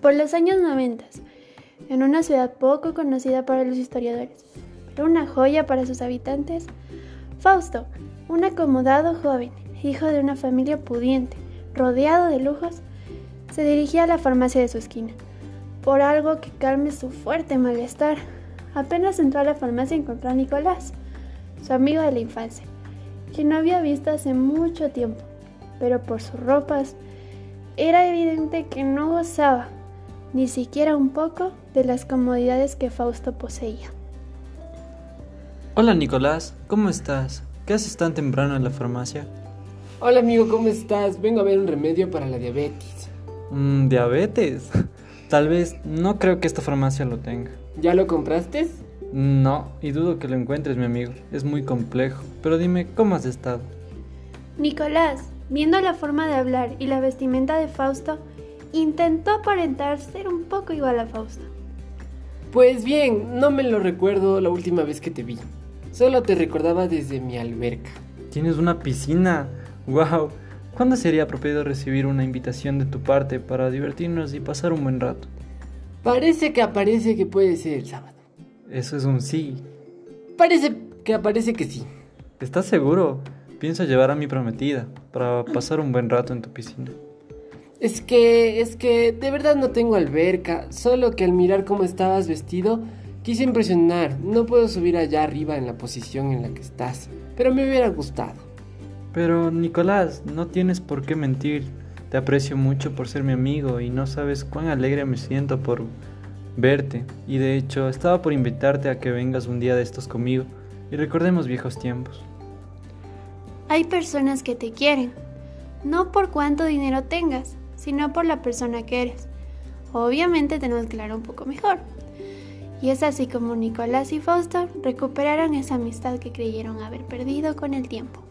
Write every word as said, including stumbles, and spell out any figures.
por los años noventa, en una ciudad poco conocida para los historiadores, pero una joya para sus habitantes, Fausto, un acomodado joven, hijo de una familia pudiente, rodeado de lujos, se dirigía a la farmacia de su esquina, por algo que calme su fuerte malestar. Apenas entró a la farmacia encontró a Nicolás, su amigo de la infancia, quien no había visto hace mucho tiempo, pero por sus ropas era evidente que no gozaba ni siquiera un poco de las comodidades que Fausto poseía. Hola Nicolás, ¿cómo estás? ¿Qué haces tan temprano en la farmacia? Hola amigo, ¿cómo estás? Vengo a ver un remedio para la diabetes. Mm, ¿Diabetes? Tal vez, no creo que esta farmacia lo tenga. ¿Ya lo compraste? No, y dudo que lo encuentres, mi amigo. Es muy complejo. Pero dime, ¿cómo has estado? Nicolás, viendo la forma de hablar y la vestimenta de Fausto, intentó aparentar ser un poco igual a Fausto. Pues bien, no me lo recuerdo la última vez que te vi. Solo te recordaba desde mi alberca. ¿Tienes una piscina? ¡Wow! ¿Cuándo sería apropiado recibir una invitación de tu parte para divertirnos y pasar un buen rato? Parece que aparece que puede ser el sábado. Eso es un sí. Parece que aparece que sí. ¿Estás seguro? Pienso llevar a mi prometida para pasar un buen rato en tu piscina. Es que, es que de verdad no tengo alberca. Solo que al mirar cómo estabas vestido, quise impresionar. No puedo subir allá arriba en la posición en la que estás, pero me hubiera gustado. Pero Nicolás, no tienes por qué mentir. Te aprecio mucho por ser mi amigo y no sabes cuán alegre me siento por verte. Y de hecho, estaba por invitarte a que vengas un día de estos conmigo y recordemos viejos tiempos. Hay personas que te quieren, no por cuánto dinero tengas, sino por la persona que eres. Obviamente tenemos claro un poco mejor. Y es así como Nicolás y Fausto recuperaron esa amistad que creyeron haber perdido con el tiempo.